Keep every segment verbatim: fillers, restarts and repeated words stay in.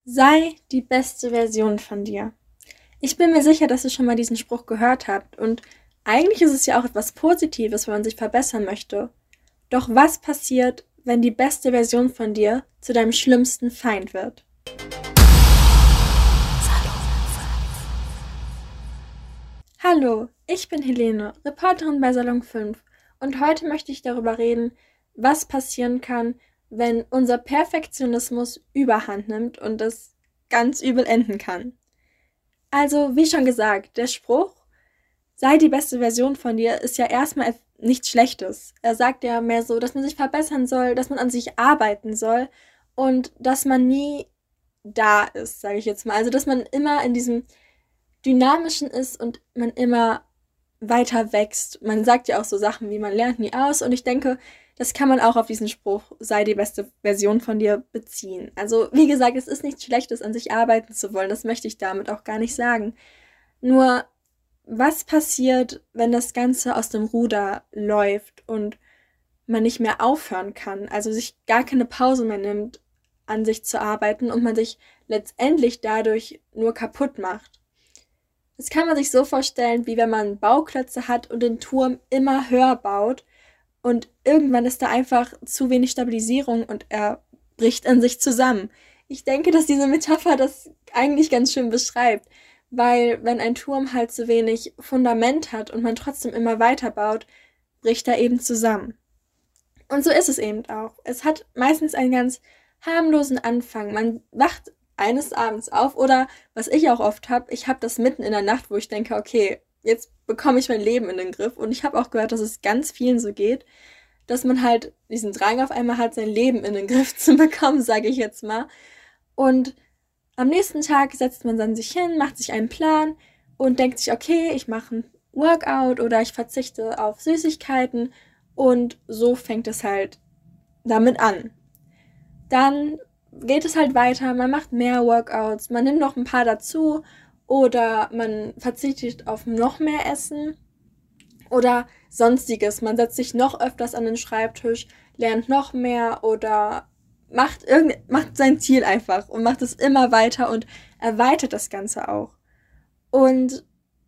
Sei die beste Version von dir. Ich bin mir sicher, dass ihr schon mal diesen Spruch gehört habt und eigentlich ist es ja auch etwas Positives, wenn man sich verbessern möchte. Doch was passiert, wenn die beste Version von dir zu deinem schlimmsten Feind wird? Hallo, ich bin Helene, Reporterin bei Salon fünf und heute möchte ich darüber reden, was passieren kann, wenn unser Perfektionismus Überhand nimmt und es ganz übel enden kann. Also, wie schon gesagt, der Spruch, sei die beste Version von dir, ist ja erstmal nichts Schlechtes. Er sagt ja mehr so, dass man sich verbessern soll, dass man an sich arbeiten soll und dass man nie da ist, sage ich jetzt mal. Also, dass man immer in diesem Dynamischen ist und man immer weiter wächst. Man sagt ja auch so Sachen wie, man lernt nie aus und ich denke, das kann man auch auf diesen Spruch, sei die beste Version von dir, beziehen. Also, wie gesagt, es ist nichts Schlechtes, an sich arbeiten zu wollen. Das möchte ich damit auch gar nicht sagen. Nur, was passiert, wenn das Ganze aus dem Ruder läuft und man nicht mehr aufhören kann, also sich gar keine Pause mehr nimmt, an sich zu arbeiten und man sich letztendlich dadurch nur kaputt macht? Das kann man sich so vorstellen, wie wenn man Bauklötze hat und den Turm immer höher baut und irgendwann ist da einfach zu wenig Stabilisierung und er bricht in sich zusammen. Ich denke, dass diese Metapher das eigentlich ganz schön beschreibt, weil wenn ein Turm halt zu wenig Fundament hat und man trotzdem immer weiter baut, bricht er eben zusammen. Und so ist es eben auch. Es hat meistens einen ganz harmlosen Anfang. Man wacht eines Abends auf oder was ich auch oft habe, ich habe das mitten in der Nacht, wo ich denke, okay, jetzt bekomme ich mein Leben in den Griff. Und ich habe auch gehört, dass es ganz vielen so geht, dass man halt diesen Drang auf einmal hat, sein Leben in den Griff zu bekommen, sage ich jetzt mal. Und am nächsten Tag setzt man dann sich hin, macht sich einen Plan und denkt sich, okay, ich mache ein Workout oder ich verzichte auf Süßigkeiten und so fängt es halt damit an. Dann geht es halt weiter, man macht mehr Workouts, man nimmt noch ein paar dazu oder man verzichtet auf noch mehr Essen oder sonstiges. Man setzt sich noch öfters an den Schreibtisch, lernt noch mehr oder macht, irgend, macht sein Ziel einfach und macht es immer weiter und erweitert das Ganze auch. Und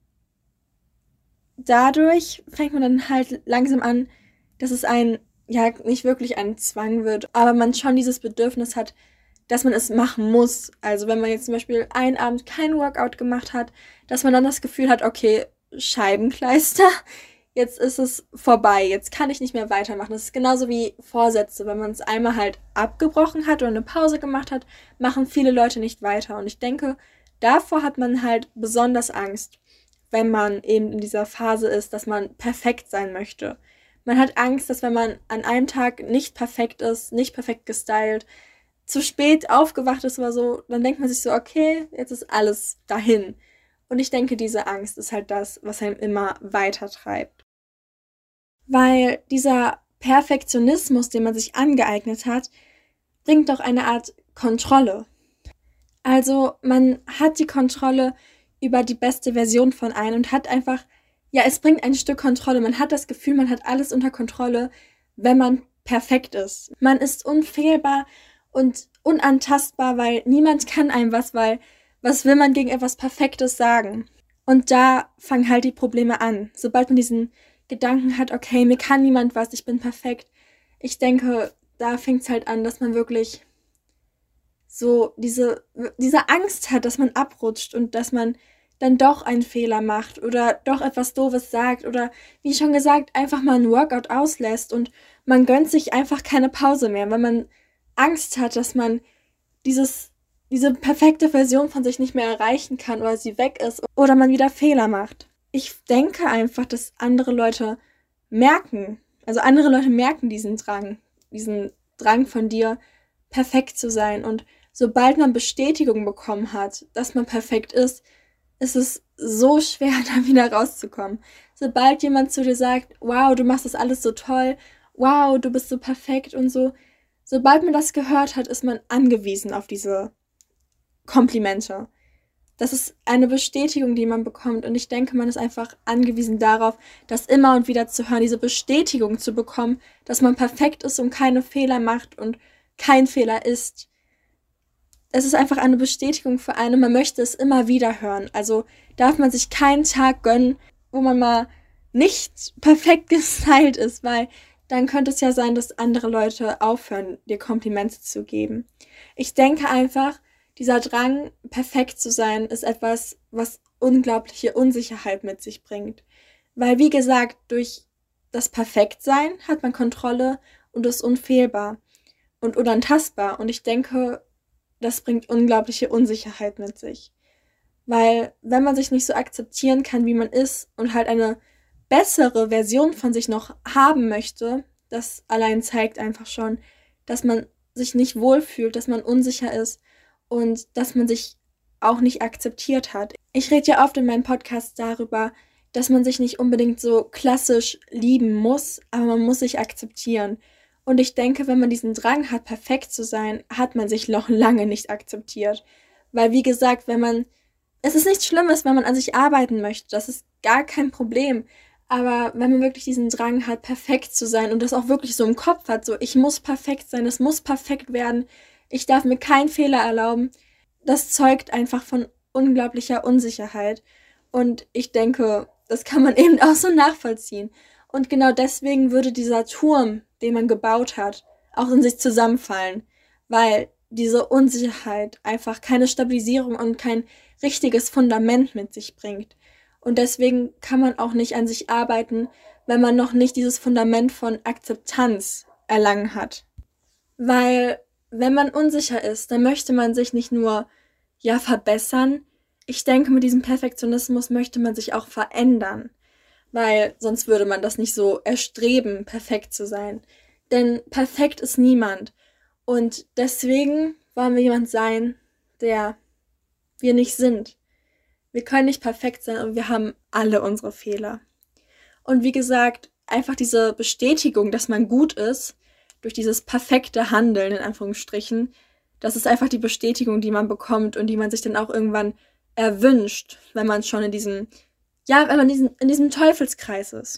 dadurch fängt man dann halt langsam an, dass es ein, ja, nicht wirklich ein Zwang wird, aber man schon dieses Bedürfnis hat, dass man es machen muss. Also wenn man jetzt zum Beispiel einen Abend kein Workout gemacht hat, dass man dann das Gefühl hat, okay, Scheibenkleister, jetzt ist es vorbei, jetzt kann ich nicht mehr weitermachen. Das ist genauso wie Vorsätze. Wenn man es einmal halt abgebrochen hat oder eine Pause gemacht hat, machen viele Leute nicht weiter. Und ich denke, davor hat man halt besonders Angst, wenn man eben in dieser Phase ist, dass man perfekt sein möchte. Man hat Angst, dass wenn man an einem Tag nicht perfekt ist, nicht perfekt gestylt, zu spät aufgewacht ist oder so, dann denkt man sich so, okay, jetzt ist alles dahin. Und ich denke, diese Angst ist halt das, was einem immer weiter treibt. Weil dieser Perfektionismus, den man sich angeeignet hat, bringt doch eine Art Kontrolle. Also man hat die Kontrolle über die beste Version von einem und hat einfach, ja, es bringt ein Stück Kontrolle. Man hat das Gefühl, man hat alles unter Kontrolle, wenn man perfekt ist. Man ist unfehlbar und unantastbar, weil niemand kann einem was, weil was will man gegen etwas Perfektes sagen? Und da fangen halt die Probleme an. Sobald man diesen Gedanken hat, okay, mir kann niemand was, ich bin perfekt. Ich denke, da fängt es halt an, dass man wirklich so diese, diese Angst hat, dass man abrutscht und dass man dann doch einen Fehler macht oder doch etwas Doofes sagt oder, wie schon gesagt, einfach mal ein Workout auslässt und man gönnt sich einfach keine Pause mehr, weil man Angst hat, dass man dieses, diese perfekte Version von sich nicht mehr erreichen kann oder sie weg ist oder man wieder Fehler macht. Ich denke einfach, dass andere Leute merken, also andere Leute merken diesen Drang, diesen Drang von dir, perfekt zu sein. Und sobald man Bestätigung bekommen hat, dass man perfekt ist, ist es so schwer, da wieder rauszukommen. Sobald jemand zu dir sagt, wow, du machst das alles so toll, wow, du bist so perfekt und so, sobald man das gehört hat, ist man angewiesen auf diese Komplimente. Das ist eine Bestätigung, die man bekommt und ich denke, man ist einfach angewiesen darauf, das immer und wieder zu hören, diese Bestätigung zu bekommen, dass man perfekt ist und keine Fehler macht und kein Fehler ist. es ist einfach eine Bestätigung für einen, man möchte es immer wieder hören. Also darf man sich keinen Tag gönnen, wo man mal nicht perfekt gestylt ist, weil dann könnte es ja sein, dass andere Leute aufhören, dir Komplimente zu geben. Ich denke einfach, dieser Drang, perfekt zu sein, ist etwas, was unglaubliche Unsicherheit mit sich bringt. Weil, wie gesagt, durch das Perfektsein hat man Kontrolle und ist unfehlbar und unantastbar. Und ich denke, das bringt unglaubliche Unsicherheit mit sich. Weil, wenn man sich nicht so akzeptieren kann, wie man ist und halt eine bessere Version von sich noch haben möchte, das allein zeigt einfach schon, dass man sich nicht wohlfühlt, dass man unsicher ist und dass man sich auch nicht akzeptiert hat. Ich rede ja oft in meinem Podcast darüber, dass man sich nicht unbedingt so klassisch lieben muss, aber man muss sich akzeptieren. Und ich denke, wenn man diesen Drang hat, perfekt zu sein, hat man sich noch lange nicht akzeptiert. Weil, wie gesagt, wenn man, es ist nichts Schlimmes, wenn man an sich arbeiten möchte, das ist gar kein Problem. Aber wenn man wirklich diesen Drang hat, perfekt zu sein und das auch wirklich so im Kopf hat, so ich muss perfekt sein, es muss perfekt werden, ich darf mir keinen Fehler erlauben, das zeugt einfach von unglaublicher Unsicherheit. Und ich denke, das kann man eben auch so nachvollziehen. Und genau deswegen würde dieser Turm, den man gebaut hat, auch in sich zusammenfallen, weil diese Unsicherheit einfach keine Stabilisierung und kein richtiges Fundament mit sich bringt. Und deswegen kann man auch nicht an sich arbeiten, wenn man noch nicht dieses Fundament von Akzeptanz erlangen hat. Weil, wenn man unsicher ist, dann möchte man sich nicht nur, ja, verbessern. Ich denke, mit diesem Perfektionismus möchte man sich auch verändern. Weil sonst würde man das nicht so erstreben, perfekt zu sein. Denn perfekt ist niemand. Und deswegen wollen wir jemand sein, der wir nicht sind. Wir können nicht perfekt sein und wir haben alle unsere Fehler. Und wie gesagt, einfach diese Bestätigung, dass man gut ist, durch dieses perfekte Handeln, in Anführungsstrichen, das ist einfach die Bestätigung, die man bekommt und die man sich dann auch irgendwann erwünscht, wenn man schon in diesem, ja, wenn man in diesem, in diesem Teufelskreis ist.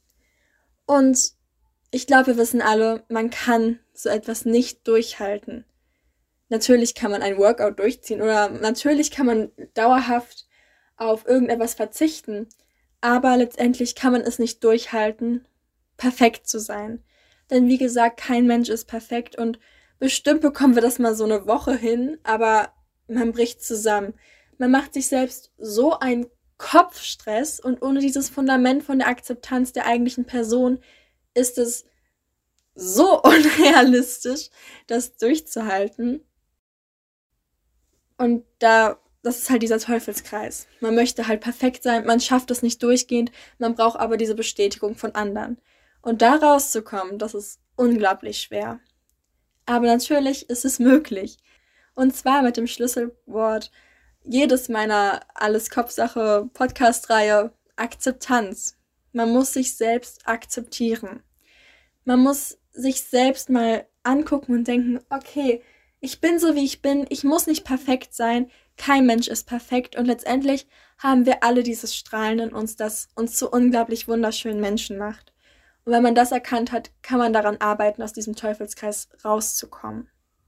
Und ich glaube, wir wissen alle, man kann so etwas nicht durchhalten. Natürlich kann man ein Workout durchziehen oder natürlich kann man dauerhaft auf irgendetwas verzichten, aber letztendlich kann man es nicht durchhalten, perfekt zu sein. Denn wie gesagt, kein Mensch ist perfekt und bestimmt bekommen wir das mal so eine Woche hin, aber man bricht zusammen. Man macht sich selbst so einen Kopfstress und ohne dieses Fundament von der Akzeptanz der eigentlichen Person ist es so unrealistisch, das durchzuhalten. Und da, das ist halt dieser Teufelskreis. Man möchte halt perfekt sein, man schafft es nicht durchgehend, man braucht aber diese Bestätigung von anderen. Und da rauszukommen, das ist unglaublich schwer. Aber natürlich ist es möglich. Und zwar mit dem Schlüsselwort jedes meiner Alles-Kopfsache-Podcast-Reihe Akzeptanz. Man muss sich selbst akzeptieren. Man muss sich selbst mal angucken und denken, okay, ich bin so, wie ich bin, ich muss nicht perfekt sein, kein Mensch ist perfekt und letztendlich haben wir alle dieses Strahlen in uns, das uns zu unglaublich wunderschönen Menschen macht. Und wenn man das erkannt hat, kann man daran arbeiten, aus diesem Teufelskreis rauszukommen.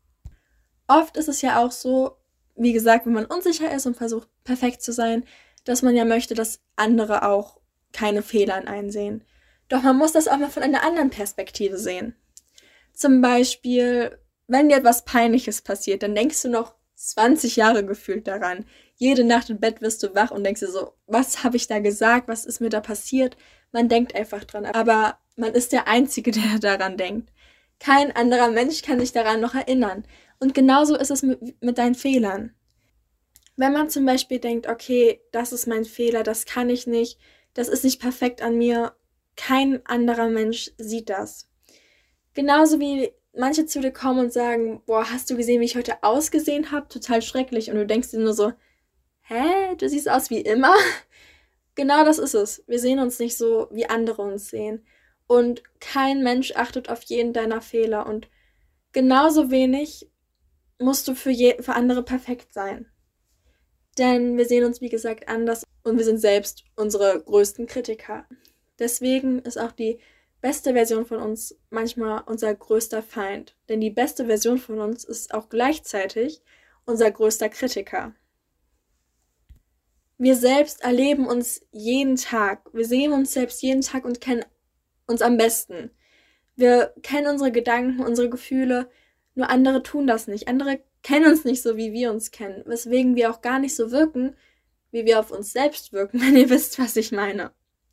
Oft ist es ja auch so, wie gesagt, wenn man unsicher ist und versucht, perfekt zu sein, dass man ja möchte, dass andere auch keine Fehler in einen sehen. Doch man muss das auch mal von einer anderen Perspektive sehen. Zum Beispiel, wenn dir etwas Peinliches passiert, dann denkst du noch zwanzig Jahre gefühlt daran. Jede Nacht im Bett wirst du wach und denkst dir so, was habe ich da gesagt, was ist mir da passiert? Man denkt einfach dran, aber man ist der Einzige, der daran denkt. Kein anderer Mensch kann sich daran noch erinnern. Und genauso ist es mit, mit deinen Fehlern. Wenn man zum Beispiel denkt, okay, das ist mein Fehler, das kann ich nicht, das ist nicht perfekt an mir, kein anderer Mensch sieht das. Genauso wie manche zu dir kommen und sagen, boah, hast du gesehen, wie ich heute ausgesehen habe? Total schrecklich. Und du denkst dir nur so, hä, du siehst aus wie immer? Genau das ist es. Wir sehen uns nicht so, wie andere uns sehen. Und kein Mensch achtet auf jeden deiner Fehler. Und genauso wenig musst du für, je, für andere perfekt sein. Denn wir sehen uns, wie gesagt, anders und wir sind selbst unsere größten Kritiker. Deswegen ist auch die beste Version von uns manchmal unser größter Feind. Denn die beste Version von uns ist auch gleichzeitig unser größter Kritiker. Wir selbst erleben uns jeden Tag. Wir sehen uns selbst jeden Tag und kennen uns am besten. Wir kennen unsere Gedanken, unsere Gefühle, nur andere tun das nicht. Andere kennen uns nicht so, wie wir uns kennen, weswegen wir auch gar nicht so wirken, wie wir auf uns selbst wirken, wenn ihr wisst, was ich meine.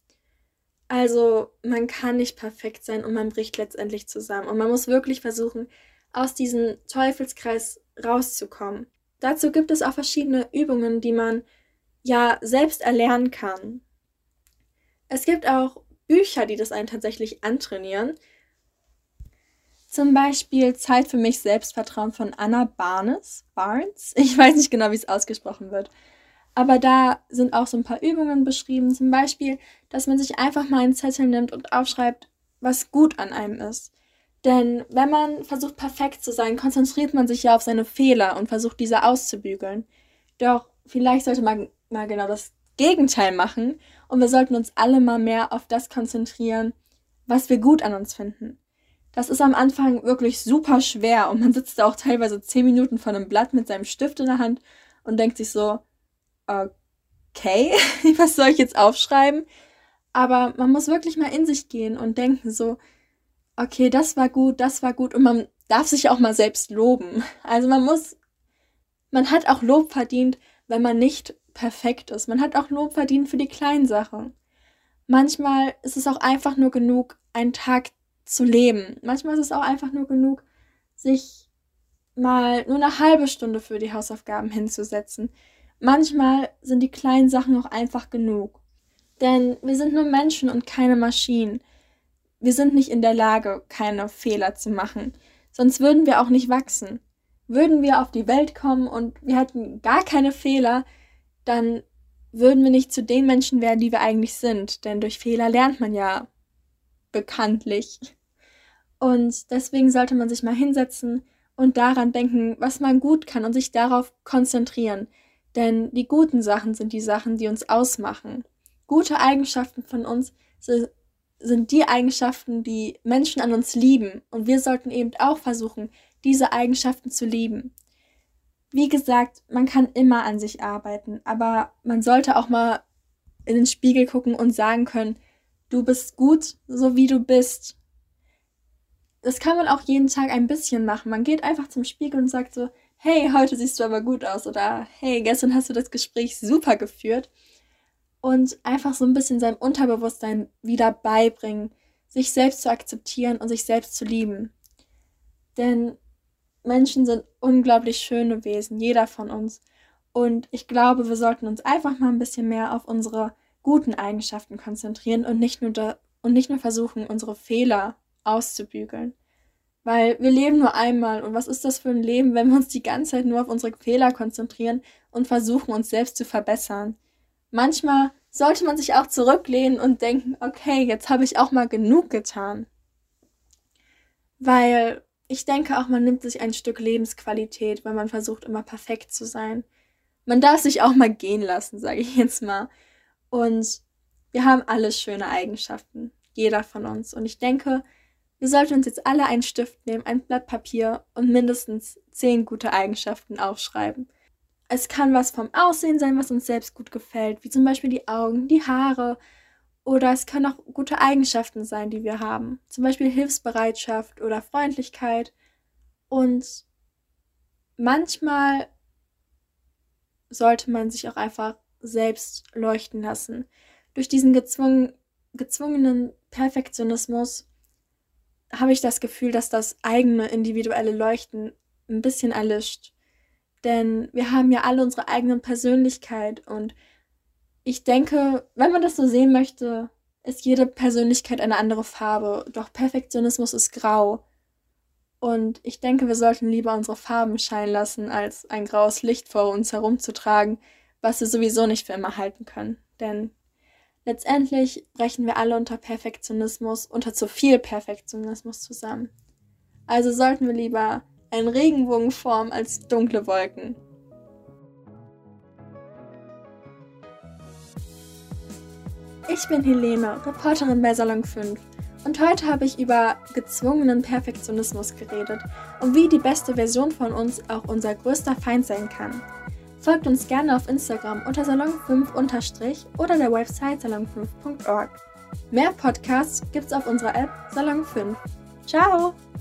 Also, man kann nicht perfekt sein und man bricht letztendlich zusammen. Und man muss wirklich versuchen, aus diesem Teufelskreis rauszukommen. Dazu gibt es auch verschiedene Übungen, die man ja selbst erlernen kann. Es gibt auch Bücher, die das einen tatsächlich antrainieren. Zum Beispiel Zeit für mich Selbstvertrauen von Anna Barnes. Barnes? Ich weiß nicht genau, wie es ausgesprochen wird. Aber da sind auch so ein paar Übungen beschrieben. Zum Beispiel, dass man sich einfach mal einen Zettel nimmt und aufschreibt, was gut an einem ist. Denn wenn man versucht, perfekt zu sein, konzentriert man sich ja auf seine Fehler und versucht, diese auszubügeln. Doch vielleicht sollte man mal genau das Gegenteil machen und wir sollten uns alle mal mehr auf das konzentrieren, was wir gut an uns finden. Das ist am Anfang wirklich super schwer und man sitzt da auch teilweise zehn Minuten vor einem Blatt mit seinem Stift in der Hand und denkt sich so, okay, was soll ich jetzt aufschreiben? Aber man muss wirklich mal in sich gehen und denken so, okay, das war gut, das war gut und man darf sich auch mal selbst loben. Also man muss, man hat auch Lob verdient, wenn man nicht perfekt ist. Man hat auch Lob verdient für die kleinen Sachen. Manchmal ist es auch einfach nur genug, einen Tag zu leben. Manchmal ist es auch einfach nur genug, sich mal nur eine halbe Stunde für die Hausaufgaben hinzusetzen. Manchmal sind die kleinen Sachen auch einfach genug. Denn wir sind nur Menschen und keine Maschinen. Wir sind nicht in der Lage, keine Fehler zu machen. Sonst würden wir auch nicht wachsen. Würden wir auf die Welt kommen und wir hätten gar keine Fehler, dann würden wir nicht zu den Menschen werden, die wir eigentlich sind. Denn durch Fehler lernt man ja bekanntlich. Und deswegen sollte man sich mal hinsetzen und daran denken, was man gut kann und sich darauf konzentrieren. Denn die guten Sachen sind die Sachen, die uns ausmachen. Gute Eigenschaften von uns sind die Eigenschaften, die Menschen an uns lieben. Und wir sollten eben auch versuchen, diese Eigenschaften zu lieben. Wie gesagt, man kann immer an sich arbeiten, aber man sollte auch mal in den Spiegel gucken und sagen können, du bist gut, so wie du bist. Das kann man auch jeden Tag ein bisschen machen. Man geht einfach zum Spiegel und sagt so, hey, heute siehst du aber gut aus oder hey, gestern hast du das Gespräch super geführt. Und einfach so ein bisschen seinem Unterbewusstsein wieder beibringen, sich selbst zu akzeptieren und sich selbst zu lieben. Denn Menschen sind unglaublich schöne Wesen, jeder von uns. Und ich glaube, wir sollten uns einfach mal ein bisschen mehr auf unsere guten Eigenschaften konzentrieren und nicht nur, da, und nicht nur versuchen, unsere Fehler auszubügeln. Weil wir leben nur einmal und was ist das für ein Leben, wenn wir uns die ganze Zeit nur auf unsere Fehler konzentrieren und versuchen, uns selbst zu verbessern. Manchmal sollte man sich auch zurücklehnen und denken, okay, jetzt habe ich auch mal genug getan. Weil ich denke auch, man nimmt sich ein Stück Lebensqualität, wenn man versucht, immer perfekt zu sein. Man darf sich auch mal gehen lassen, sage ich jetzt mal. Und wir haben alle schöne Eigenschaften, jeder von uns. Und ich denke, wir sollten uns jetzt alle einen Stift nehmen, ein Blatt Papier und mindestens zehn gute Eigenschaften aufschreiben. Es kann was vom Aussehen sein, was uns selbst gut gefällt, wie zum Beispiel die Augen, die Haare. Oder es können auch gute Eigenschaften sein, die wir haben. Zum Beispiel Hilfsbereitschaft oder Freundlichkeit. Und manchmal sollte man sich auch einfach selbst leuchten lassen. Durch diesen gezwungen, gezwungenen Perfektionismus habe ich das Gefühl, dass das eigene individuelle Leuchten ein bisschen erlischt. Denn wir haben ja alle unsere eigene Persönlichkeit und ich denke, wenn man das so sehen möchte, ist jede Persönlichkeit eine andere Farbe. Doch Perfektionismus ist grau. Und ich denke, wir sollten lieber unsere Farben scheinen lassen, als ein graues Licht vor uns herumzutragen, was wir sowieso nicht für immer halten können. Denn letztendlich brechen wir alle unter Perfektionismus, unter zu viel Perfektionismus zusammen. Also sollten wir lieber einen Regenbogen formen als dunkle Wolken. Ich bin Helene, Reporterin bei Salon fünf Und heute habe ich über gezwungenen Perfektionismus geredet und wie die beste Version von uns auch unser größter Feind sein kann. Folgt uns gerne auf Instagram unter salon fünf unterstrich oder der Website salon fünf punkt org. Mehr Podcasts gibt's auf unserer App Salon fünf. Ciao!